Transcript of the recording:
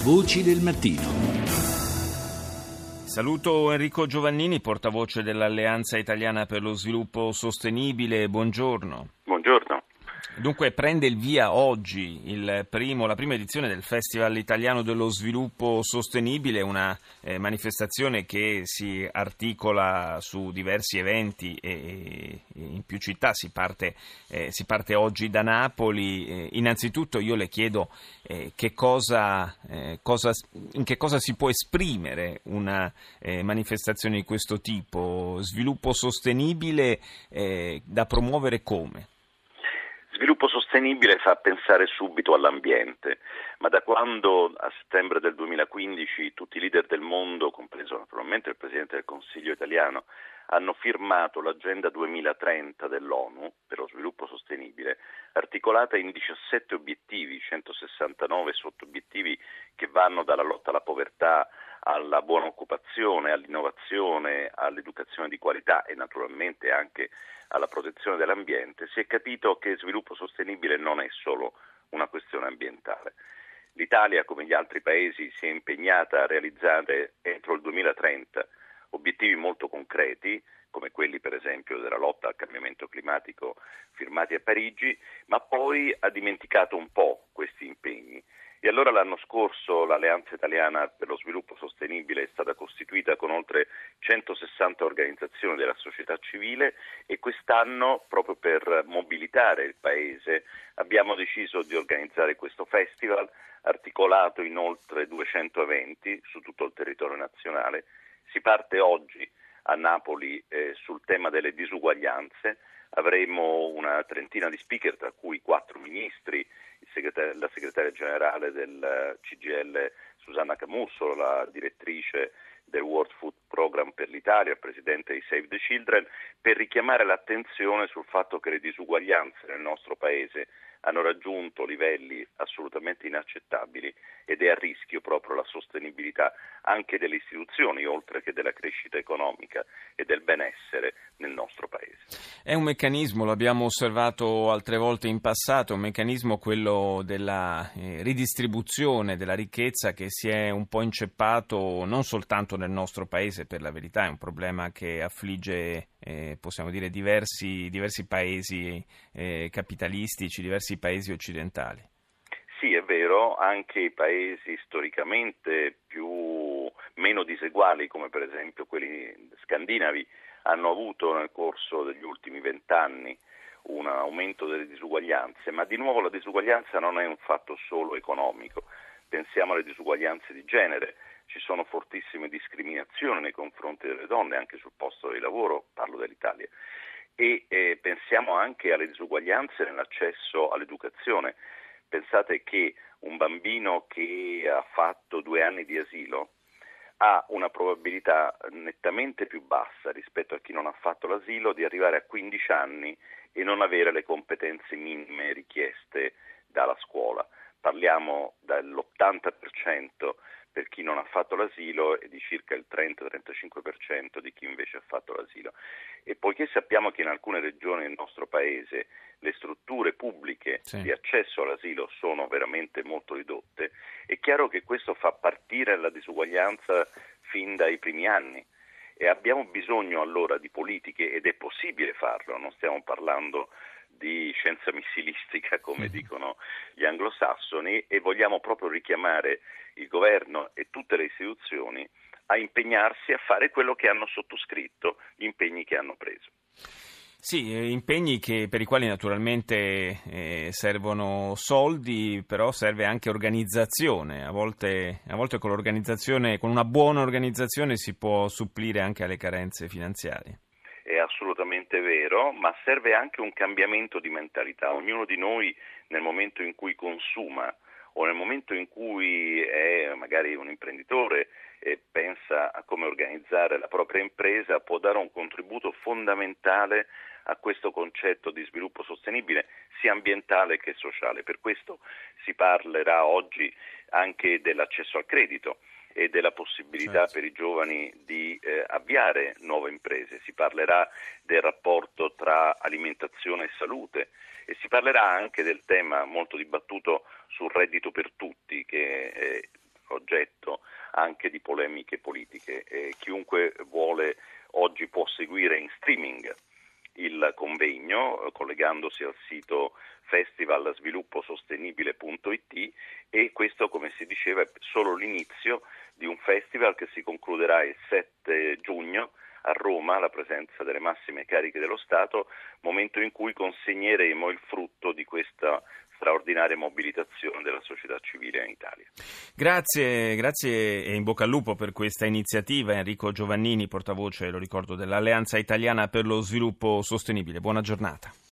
Voci del mattino. Saluto Enrico Giovannini, portavoce dell'Alleanza Italiana per lo Sviluppo Sostenibile. Buongiorno. Buongiorno. Dunque prende il via oggi la prima edizione del Festival Italiano dello Sviluppo Sostenibile, una manifestazione che si articola su diversi eventi e in più città. Si parte oggi da Napoli. Innanzitutto io le chiedo in che cosa si può esprimere una manifestazione di questo tipo. Sviluppo sostenibile da promuovere come? Sviluppo sostenibile fa pensare subito all'ambiente, ma da quando a settembre del 2015 tutti i leader del mondo, compreso naturalmente il Presidente del Consiglio italiano, hanno firmato l'Agenda 2030 dell'ONU per lo sviluppo sostenibile, articolata in 17 obiettivi, 169 sottobiettivi che vanno dalla lotta alla povertà alla buona occupazione, all'innovazione, all'educazione di qualità e naturalmente anche alla protezione dell'ambiente, si è capito che sviluppo sostenibile non è solo una questione ambientale. L'Italia, come gli altri paesi, si è impegnata a realizzare entro il 2030 obiettivi molto concreti, come quelli per esempio della lotta al cambiamento climatico firmati a Parigi, ma poi ha dimenticato un po' questi impegni. E allora l'anno scorso l'Alleanza Italiana per lo Sviluppo Sostenibile è stata costituita con oltre 160 organizzazioni della società civile e quest'anno, proprio per mobilitare il Paese, abbiamo deciso di organizzare questo festival articolato in oltre 200 eventi su tutto il territorio nazionale. Si parte oggi a Napoli sul tema delle disuguaglianze. Avremo una trentina di speaker, tra cui 4 ministri, la segretaria generale del CGIL Susanna Camusso, la direttrice del World Food Program per l'Italia, il presidente di Save the Children, per richiamare l'attenzione sul fatto che le disuguaglianze nel nostro Paese hanno raggiunto livelli assolutamente inaccettabili ed è a rischio proprio la sostenibilità anche delle istituzioni, oltre che della crescita economica e del benessere nel nostro Paese. È un meccanismo, l'abbiamo osservato altre volte in passato, un meccanismo quello della ridistribuzione della ricchezza che si è un po' inceppato non soltanto nel nostro Paese, per la verità è un problema che affligge possiamo dire diversi paesi capitalistici, diversi paesi occidentali. Sì, è vero, anche i paesi storicamente meno diseguali, come per esempio quelli scandinavi, hanno avuto nel corso degli ultimi 20 anni un aumento delle disuguaglianze, ma di nuovo la disuguaglianza non è un fatto solo economico. Pensiamo alle disuguaglianze di genere, ci sono fortissime discriminazioni nei confronti delle donne anche sul posto di lavoro, parlo dell'Italia, e pensiamo anche alle disuguaglianze nell'accesso all'educazione. Pensate che un bambino che ha fatto 2 anni di asilo ha una probabilità nettamente più bassa rispetto a chi non ha fatto l'asilo di arrivare a 15 anni e non avere le competenze minime richieste dalla scuola. Parliamo dell'80% per chi non ha fatto l'asilo e di circa il 30-35% di chi invece ha fatto l'asilo. E poiché sappiamo che in alcune regioni del nostro Paese le strutture pubbliche di accesso all'asilo sono veramente molto ridotte, è chiaro che questo fa partire la disuguaglianza fin dai primi anni. E abbiamo bisogno allora di politiche, ed è possibile farlo, non stiamo parlando di scienza missilistica come dicono gli anglosassoni, e vogliamo proprio richiamare il governo e tutte le istituzioni a impegnarsi a fare quello che hanno sottoscritto, gli impegni che hanno preso. Sì, impegni per i quali naturalmente servono soldi, però serve anche organizzazione. A volte con l'organizzazione, con una buona organizzazione si può supplire anche alle carenze finanziarie. È assolutamente vero, ma serve anche un cambiamento di mentalità. Ognuno di noi nel momento in cui consuma o nel momento in cui è magari un imprenditore e pensa a come organizzare la propria impresa può dare un contributo fondamentale a questo concetto di sviluppo sostenibile sia ambientale che sociale. Per questo si parlerà oggi anche dell'accesso al credito e della possibilità per i giovani di avviare nuove imprese. Si parlerà del rapporto tra alimentazione e salute e si parlerà anche del tema molto dibattuto sul reddito per tutti che oggetto anche di polemiche politiche. Chiunque vuole oggi può seguire in streaming il convegno collegandosi al sito festivalsvilupposostenibile.it, e questo, come si diceva, è solo l'inizio di un festival che si concluderà il 7 giugno a Roma, alla presenza delle massime cariche dello Stato, momento in cui consegneremo il frutto di questa straordinaria mobilitazione della società civile in Italia. Grazie e in bocca al lupo per questa iniziativa. Enrico Giovannini, portavoce, lo ricordo, dell'Alleanza Italiana per lo Sviluppo Sostenibile. Buona giornata.